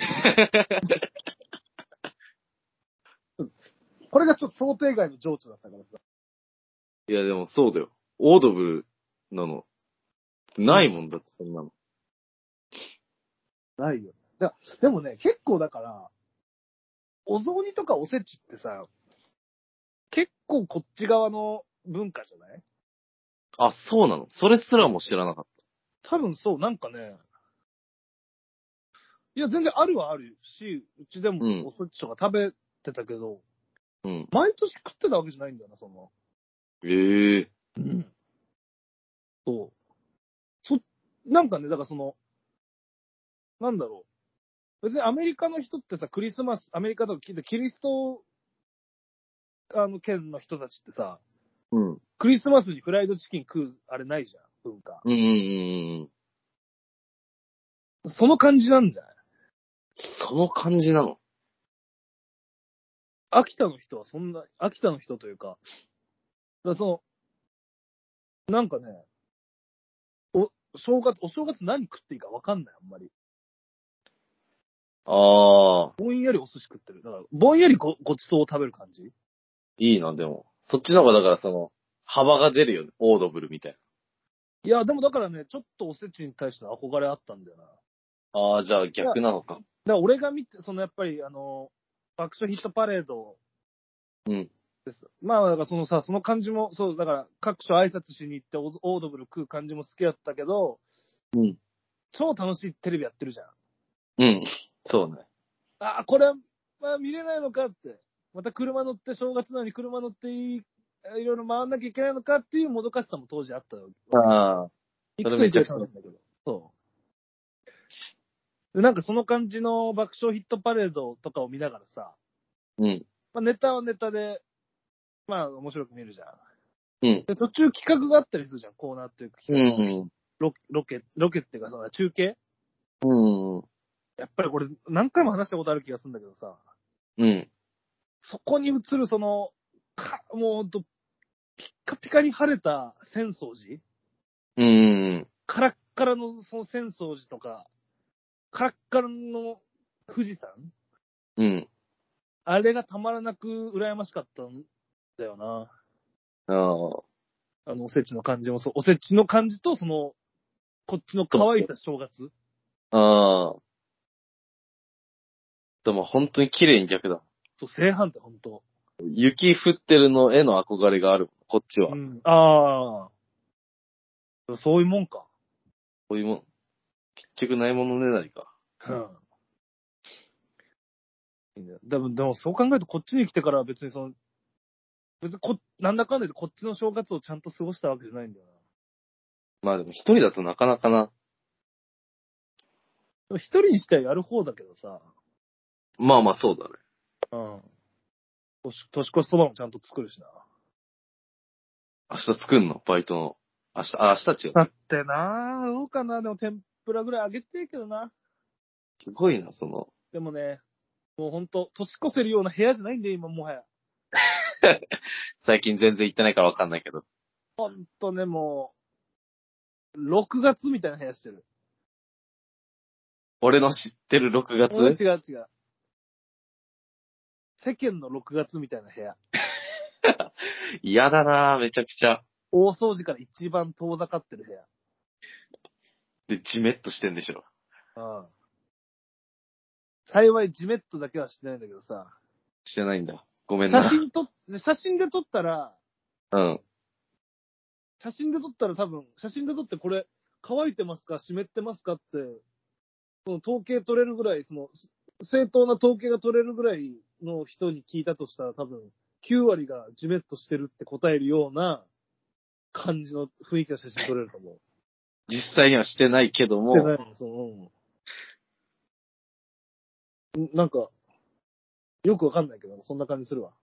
これがちょっと想定外の情緒だったからさ。 いや、でもそうだよ。オードブルなの。ないもんだって、そんなの。 ないよ。だでもね、結構だから、お雑煮とかおせちってさ、結構こっち側の文化じゃない？ あ、そうなの。それすらも知らなかっ多分そう、なんかね、いや、全然あるはあるし、うちでもうん。 おせちとか食べてたけど、 た。うん。 毎年食ってたわけじゃないんだよな、その。 ええ。 うん。そう。 なんかね、だからその、なんだろう。別にアメリカの人ってさ、クリスマス、アメリカとかキリスト、あの、県の人たちってさ、 うん。 クリスマスにフライドチキン食う、あれないじゃん、文化。 うんうんうんうん。 その感じなんじゃないその感じなの。 秋田の人はそんな、秋田の人というか、だからその、なんかね、お、正月、お正月何食っていいか分かんない、あんまり。 ああ、 ぼんやりお寿司食ってる。だから、ぼんやりご、ごちそうを食べる感じ。 いいな、でも。そっちの方がだからその、幅が出るよね。オードブルみたいいや、でもだからね、ちょっとおせちに対しての憧れあったんだよな。だかな。ああ、じゃあ逆なのか。 ら俺が見て、そのやっぱり、あの、爆笑ヒットパレードうん。 です。まあ、だからそのさ、その感じも、そう、だから各所挨拶しに行ってオオードブル食う感じも好きだったけど、 うん。 超楽しいテレビやってるじゃん。 うん。そうね。 ああ、これは、まあ見れないのかって。また車乗って、正月なのに車乗っていい、いろいろ回んなきゃいけないのかっていうもどかしさも当時あったわけ。 ああ、そ行くと行くでれめちゃくちゃ。 楽しいんだけど。そう。で、なんかその感じの爆笑ヒットパレードとかを見ながらさ、 うん。 まあネタはネタで、まあ面白く見るじゃん。 うん。 で、途中企画があったりするじゃん、コーナーっていうかう企画。 ん。 ロロケ、ロケっていうかさ、中継うん。 やっぱりこれ何回も話したことある気がするんだけどさ、 うん。 そこに映るその、か、もうほんと、ピッカピカに晴れた浅草寺うん。 カラッカラのその浅草寺とか、カラッカラの富士山うん。 あれがたまらなく羨ましかったんだよな。 ああ、 あの、おせちの感じもそう。おせちの感じと、その、こっちの乾いた正月。 ああ。でも本当に綺麗に逆だ。 そう、正反対、ほんと。 雪降ってるのへの憧れがある。こっちは。 うん。ああ。そういうもんか。 こういうもん。結局ないものねだりか。 うん。いいねでも、でもそう考えるとこっちに来てからは別にその、別にこ、なんだかんだでこっちの正月をちゃんと過ごしたわけじゃないんだよな。 まあでも一人だとなかなかな。 でも一人にしてはやる方だけどさ。 まあまあそうだね。 うん。年年越しそばもちゃんと作るしな。 明日作んのバイトの。明日、あ、明日違う。 だってなぁ、どうかな。でも天ぷらぐらいあげていいけどな。 すごいな、その。 でもね、もうほんと、年越せるような部屋じゃないんだよ、今もはや。 最近全然行ってないからわかんないけど。 ほんとね、もう、ろくがつみたいな部屋してる。 俺の知ってるろくがつ。 うん、違う違う。世間のろくがつみたいな部屋。 嫌だなぁ、めちゃくちゃ。 大掃除から一番遠ざかってる部屋。 で、じめっとしてんでしょ。 うん。幸いジメットだけはしてないんだけどさ。 してないんだ。ごめん写な。 真撮っ、写真で撮ったら、 うん。 写真で撮ったら多分、写真で撮ってこれ、乾いてますか湿ってますかって、その統計取れるぐらい、その、正当な統計が取れるぐらいの人に聞いたとしたら多分、きゅう割がジメッとしてるって答えるような感じの雰囲気の写真撮れると思う。 実際にはしてないけども。 してないの、その、うん。なんか、よくわかんないけど、そんな感じするわ。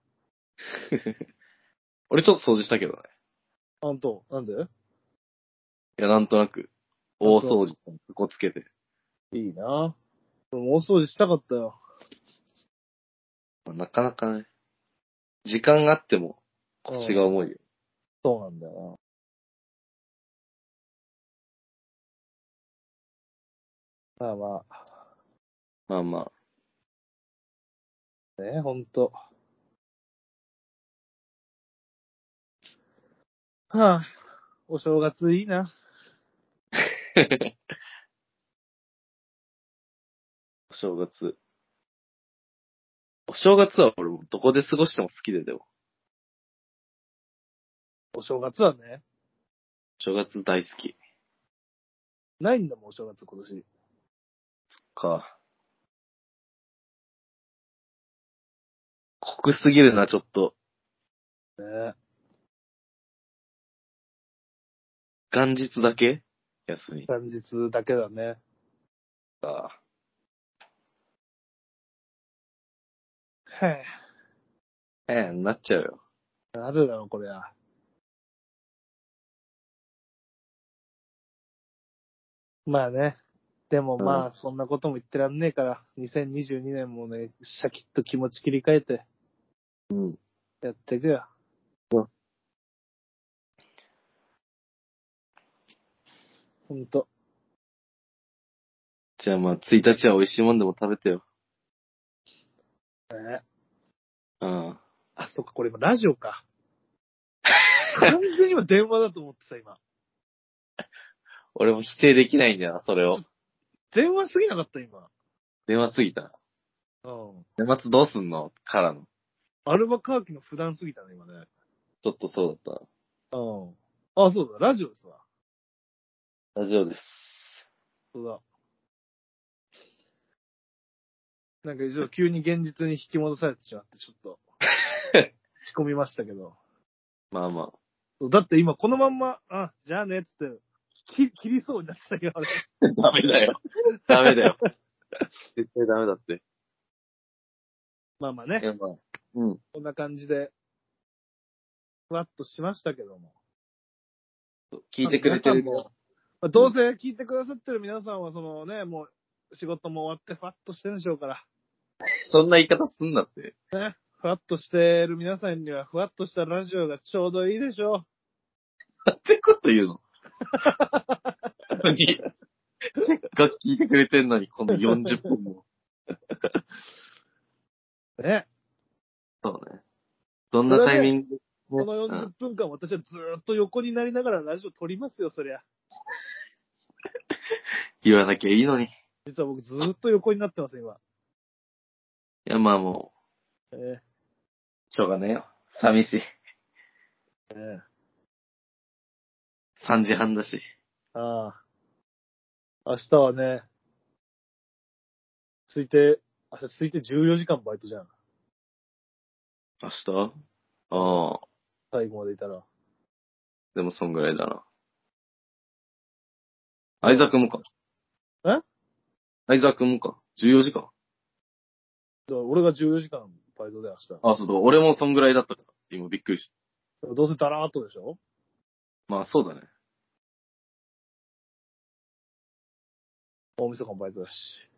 俺ちょっと掃除したけどね。 あんと、なんでいや、なんとなく、大掃除、ここつけて。 いいな。大掃除したかったよ。 まあなかなかね、時間があっても腰が重いよ。 そうなんだよな。まあままあまあ、ね、ほんと。はあ、お正月いいな。 あ。お正月。お正月は俺もどこで過ごしても好きで、でも。 お正月はね、 正月大好き。 ないんだもん、お正月今年。 か。濃すぎるな、ちょっと。 ね。 元日だけ休み元日だけだね。 か。 へええ、なっちゃうよ。 え。なるだろ、これは。まあね。でもまあ、そんなことも言ってらんねえから、にせんにじゅうにねんもね、シャキッと気持ち切り替えて、 うん。 やっていくよ。 うんほんと。 じゃあまあ、ついたちは美味しいもんでも食べてよ。 ね、 うん。 あ、そっか、これ今ラジオか。完全に今電話だと思ってさ、今。 俺も否定できないんだよな、それを。 電話すぎなかった、今。 電話すぎたな。 うん。 年末どうすんのからの。 アルバカーキの普段すぎたね、今ね。 ちょっとそうだっうん。あ、そうだ、ラジオですわ。 た。ラジオです。 そうだ。なんか、ちょっと急に現実に引き戻されてしまって、ちょっと、仕込みましたけど。 まあまだって今このまんま、あ、じゃあね、つって、き切りそうになってたけど、あれ。 あ。ダメだよ。ダメだよ。絶対ダメだって。 まあまあね、 いやまあ。うん。 こんな感じで、ふわっとしましたけども。 聞いてくれてる皆さんも、まあ、どうせ聞いてくださってる皆さんは、そのね、もう、仕事も終わってふわっとしてるんでしょうから。 そんな言い方すんなって。 ね。ふわっとしてる皆さんには、ふわっとしたラジオがちょうどいいでしょなんてこと言うのに、せっかく聞いてくれてんのに、このよんじゅっぷんも。 う。ね。 そうね。どんなタイミング、ね、 この40 うん、 分間、私はずーっと横になりながらラジオ撮りますよ、そりゃ。 言わなきゃいいのに。い実は僕ずーっと横になってます、今。 や、まあもえう、しょうがねえよ。寂しい。 えええさんじはんだし。 ああ。明日はね、ついて、明日ついてじゅうよじかんバイトじゃん。 明日ああ。 最後までいたら。 でもそんぐらいだな。 うん相沢くんもか。 え相沢くんもか。じゅうよじか。 だから俺がじゅうよじかんバイトで明日。 あ、そうだ。俺もそんぐらいだったから。今びっくりしどうせダラーっとでしょた。まあそうだね。 大晦日もバイトだし。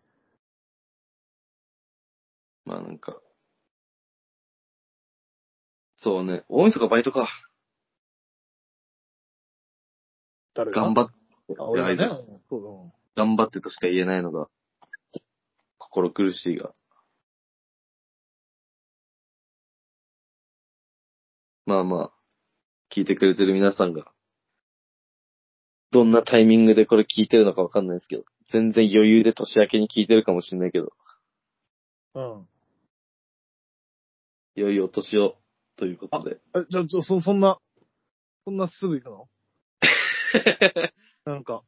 まあなんか。そうね。大晦日バイトか。 誰が頑張って。 あ、俺がね。 相沢うんそうだ。うん頑張ってとしか言えないのが、心苦しいが。まあまあ、聞いてくれてる皆さんが、どんなタイミングでこれ聞いてるのかわかんないですけど、全然余裕で年明けに聞いてるかもしれないけど、 うん。 良いお年を、ということで。 え、じゃあ、ちょ、そ、そんな、そんなすぐ行くのなんか。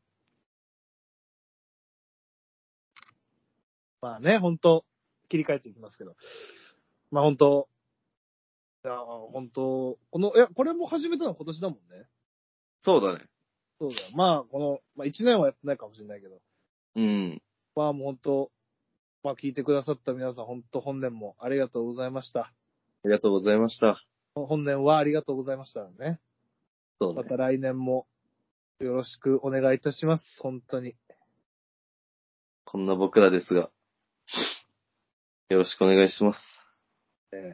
まあね、ほんと、切り替えていきますけど。まあほんと、いや、ほんと、この、いや、これも始めたの今年だもんね。 そうだね。 そうだよ。まあ、この、まあ一年はやってないかもしれないけど。 うん。 まあもうほんと、まあ聞いてくださった皆さん、ほんと本年もありがとうございました。 ありがとうございました。 本年はありがとうございましたね。 そうね。 また来年もよろしくお願いいたします。本当に。 こんな僕らですが、よろしくお願いします。 えー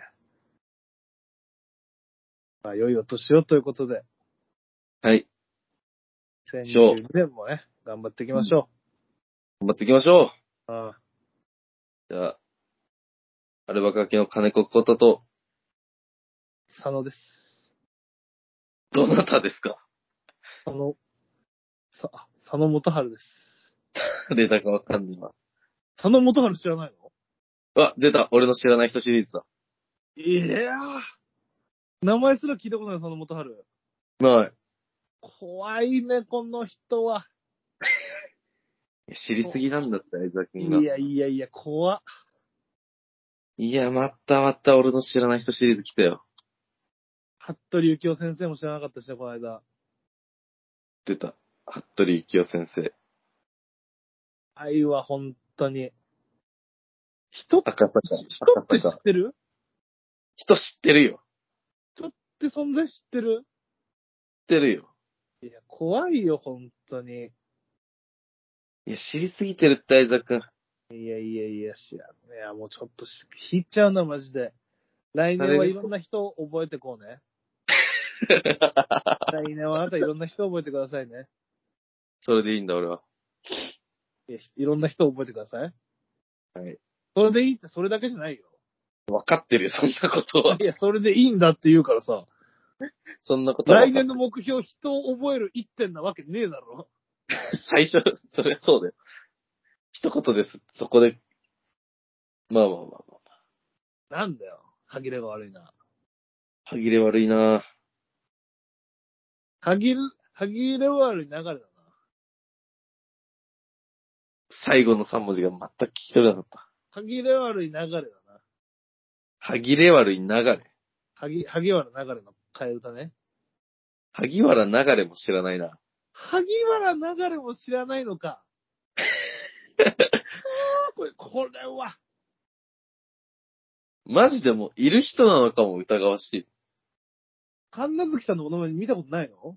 まあ、良いお年をということで、 はい。 にせんにじゅうにねんもね、頑張っていきましょ頑張っていきましょう。 う。ああじゃあ、アルバカキの金子ことと、 佐野です。 どなたですか佐野、さ、あ佐野元春です。 出たかわかんないわ。 佐野元春知らないのあ、出た。俺の知らない人シリーズだ。 いやー、名前すら聞いたことない、佐野元春。 ない。 怖いね、この人は。 知りすぎなんだって、相沢くんが。 いやいやいや、怖っ。 いや、またまた俺の知らない人シリーズ来たよ。 服部幸雄先生も知らなかったしね、この間。 出た。 服部幸雄先生。 愛は本当に。人って、 赤坂。 人って知ってる？ 人知ってるよ。 人って存在知ってる？ 知ってるよ。 いや、怖いよ、本当に。 いや、知りすぎてるって、相沢くん。 いやいやいや、知らん。いや、もうちょっとし引いちゃうな、マジで。来年はいろんな人を覚えてこうね。来年はあなたいろんな人を覚えてくださいね。 それでいいんだ、俺は。 いや、いろんな人を覚えてください。 はい。 それでいいってそれだけじゃないよ。 わかってるよ、そんなことは。 いや、それでいいんだって言うからさ。 そんなことは分来かってる。 年の目標、人を覚える一点なわけねえだろ。 最初、それそうだよ。一言です。そこで。まあまあまあまあ。 なんだよ。歯切れが悪いな。 歯切れ悪いな。 歯切れ、歯切れ悪い流れだな。 最後の三文字が全く聞き取れなかった。 歯切れ悪い流れだな。 歯切れ悪い流れ。 萩、萩原流れの替え歌ね。 萩原流れも知らないな。 萩原流れも知らないのか。これ、これは。 マジでもいる人なのかも疑わしい。 神奈月さんのものまね見たことないの？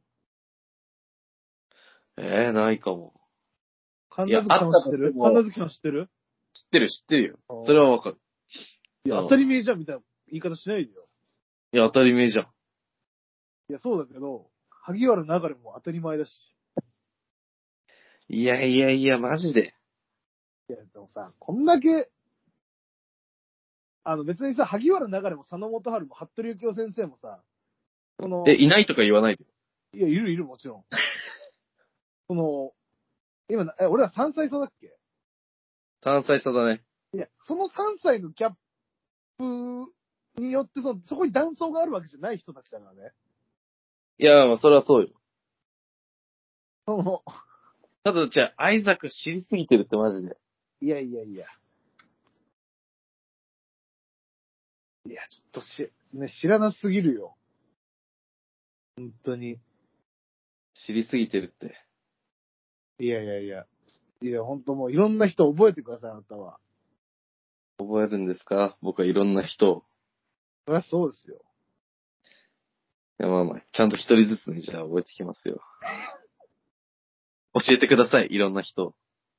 ええー、ないかも。 神奈月さんは知ってる？ いやあったとしても神奈月さん知ってる？ 知ってる知ってるよ。それはわかる。 いや、 うん当たり前じゃんみたいな言い方しないでよ。 いや、当たり前じゃん。 いや、そうだけど、萩原流れも当たり前だし。 いやいやいや、マジで。 いや、でもさ、こんだけ、あの別にさ、萩原流れも佐野元春も服部幸雄先生もさ、その、 え、いないとか言わないで。 いや、いるいるもちろん。その、今な、え、俺らさんさい差だっけ？ 単歳差だね。 いや、そのさんさいのギャップによってその、そこに断層があるわけじゃない人たちだからね。 いや、まあ、それはそうよ。 その、 ただ、じゃあ、アイザク知りすぎてるってマジで。 いやいやいや。いや、ちょっとし、ね、知らなすぎるよ。本当に。 知りすぎてるって。 いやいやいや。いや、本当もういろんな人覚えてください、あなたは。 覚えるんですか？僕はいろんな人を。 そりゃそうですよ。 いや、まあまあ、ちゃんと一人ずつね、じゃあ覚えてきますよ。教えてください、いろんな人を。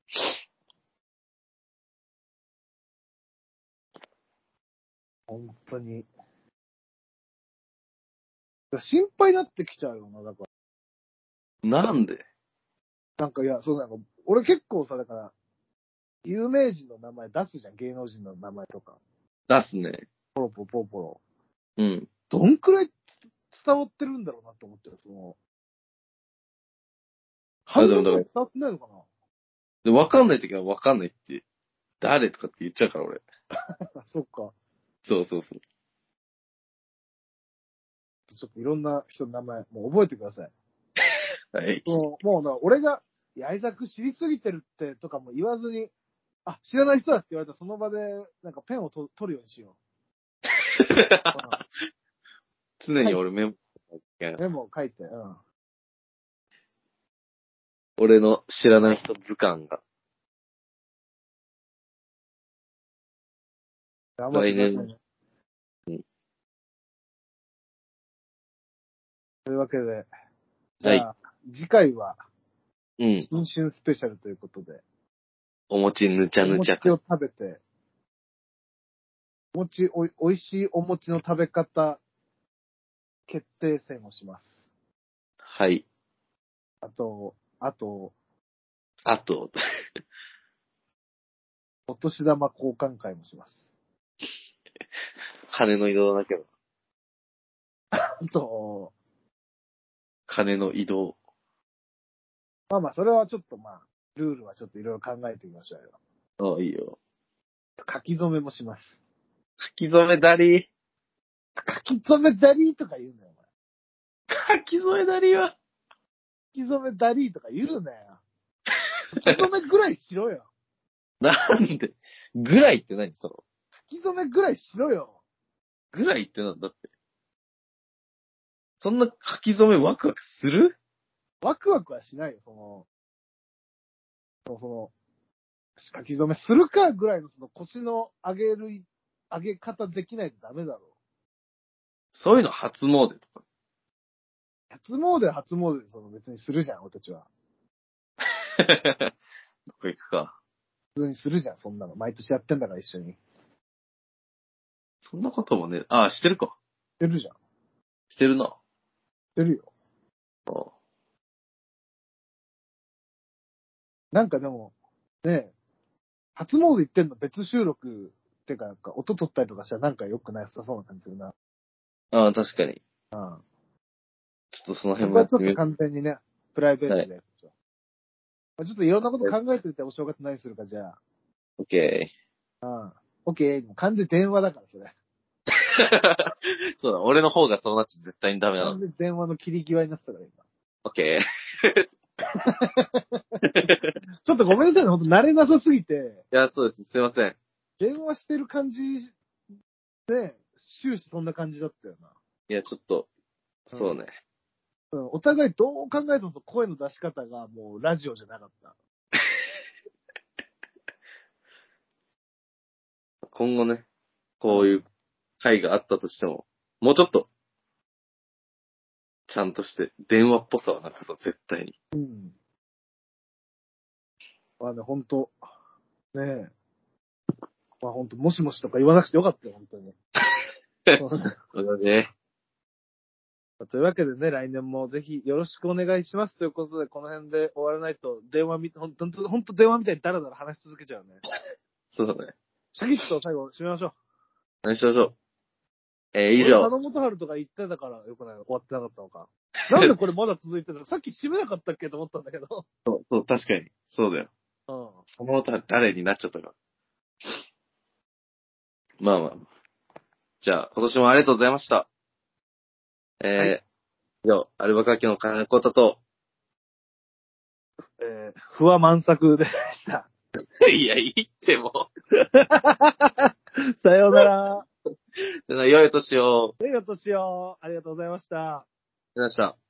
本当に。心配になってきちゃうよな、だから。 なんで？ なんか、いや、そうなんか、俺結構さ、だから、有名人の名前出すじゃん、芸能人の名前とか。 出すね。 ポロポロポロポロ。 うん。 どんくらい伝わってるんだろうなって思ってる、その。半分ぐらい伝わってないのかな？ で、わかんないときはわかんないって、誰とかって言っちゃうから、俺。 そっか。 そうそうそう。 ちょっといろんな人の名前、もう覚えてください。 はい。 もう、もうな、俺が、いや、アイザック知りすぎてるってとかも言わずに、あ、知らない人だって言われたらその場で、なんかペンをと取るようにしよ常に俺メモ、 う。メモを書いて、うん。 俺の知らない人図鑑が。 頑張ってくださいね。 来年というわけで、じゃあ、次回は、 うん。 新春スペシャルということで、 お餅ぬちゃおぬちゃ餅を食べて、お餅、おい、おいしいお餅の食べ方、決定戦をします。 はい。 あと、あと、 あと、 お年玉交換会もします。 金の移動だけど。 あと、 金の移動。 まあまあ、それはちょっとまあ、ルールはちょっといろいろ考えてみましょうよ。 ああ、いいよ。 書き初めもします。 書き初めだり書き初めダリーとか言うなよ、お前。 書き初めだりは。 書き初めダリーとか言うなよ。書き初めぐらいしろよ。 なんでぐらいって何その書き初めぐらいしろよ。 ぐらいってなんだって。そんな書き初めワクワクする？ ワクワクはしないよ、その、その、その書き初めするかぐらいのその腰の上げる、上げ方できないとダメだろ。 そういうの初詣とか。 初詣は初詣でその別にするじゃん、俺たちは。 どこ行くか。 普通にするじゃん、そんなの。毎年やってんだから一緒に。 そんなこともね、ああ、してるか。 してるじゃん。ししてるな。 てるよ。 ああなんかでも、ね、初詣行ってんの別収録ってか、なんか音取ったりとかしたらなんか良くないさそうな感じするな。 ああ、確かに。 うん。 ちょっとその辺僕はちょっともやってみる。 完全にね、プライベートでやる。まあちょっといろんなこと考えておいてお正月何するかじゃあ。 オッケうん。オッケー。完全に電話だから、それ。 ー。そうだ、俺の方がそうなっちゃ絶対にダメなの。 完全に電話の切り際になってたから、今。 オッケちょっとごめんなさいね、ほんと慣れなさすぎて、 ー。いや、そうです。すいません。 電話してる感じで、終始そんな感じだったよな。 いや、ちょっと、そうね。 うん、お互いどう考えても声の出し方がもうラジオじゃなかった。 今後ね、こういう会があったとしても、もうちょっと、ちゃんとして、電話っぽさはなくそう、絶対に。 うん。まあね、ほんと、ねえ。まあほんと、もしもしとか言わなくてよかったよ、ほんとに。 そうだね。 というわけでね、来年もぜひよろしくお願いしますということで、この辺で終わらないと、電話み、ほんと、ほんと電話みたいにダラダラ話し続けちゃうね。 そうだね。 シャキッと最後締めましょう。 何しましょう。えー、以俺上。 花本春とか言ってたからよくない終わってなかったのか。なんでこれまだ続いてるのさっき締めなかったっけと思ったんだけど。 そう、そう、確かに。そうだよ。 うん。 その歌誰になっちゃったか。まあまあ。じゃあ、今年もありがとうございました。えー、 はい以上、アルバカーキの金子太と、 えー、不破満作でした。 いや、いいってもさようなら。 う。じゃあ、良いお年を。 良いお年を。ありがとうございました。 ありがとうございました。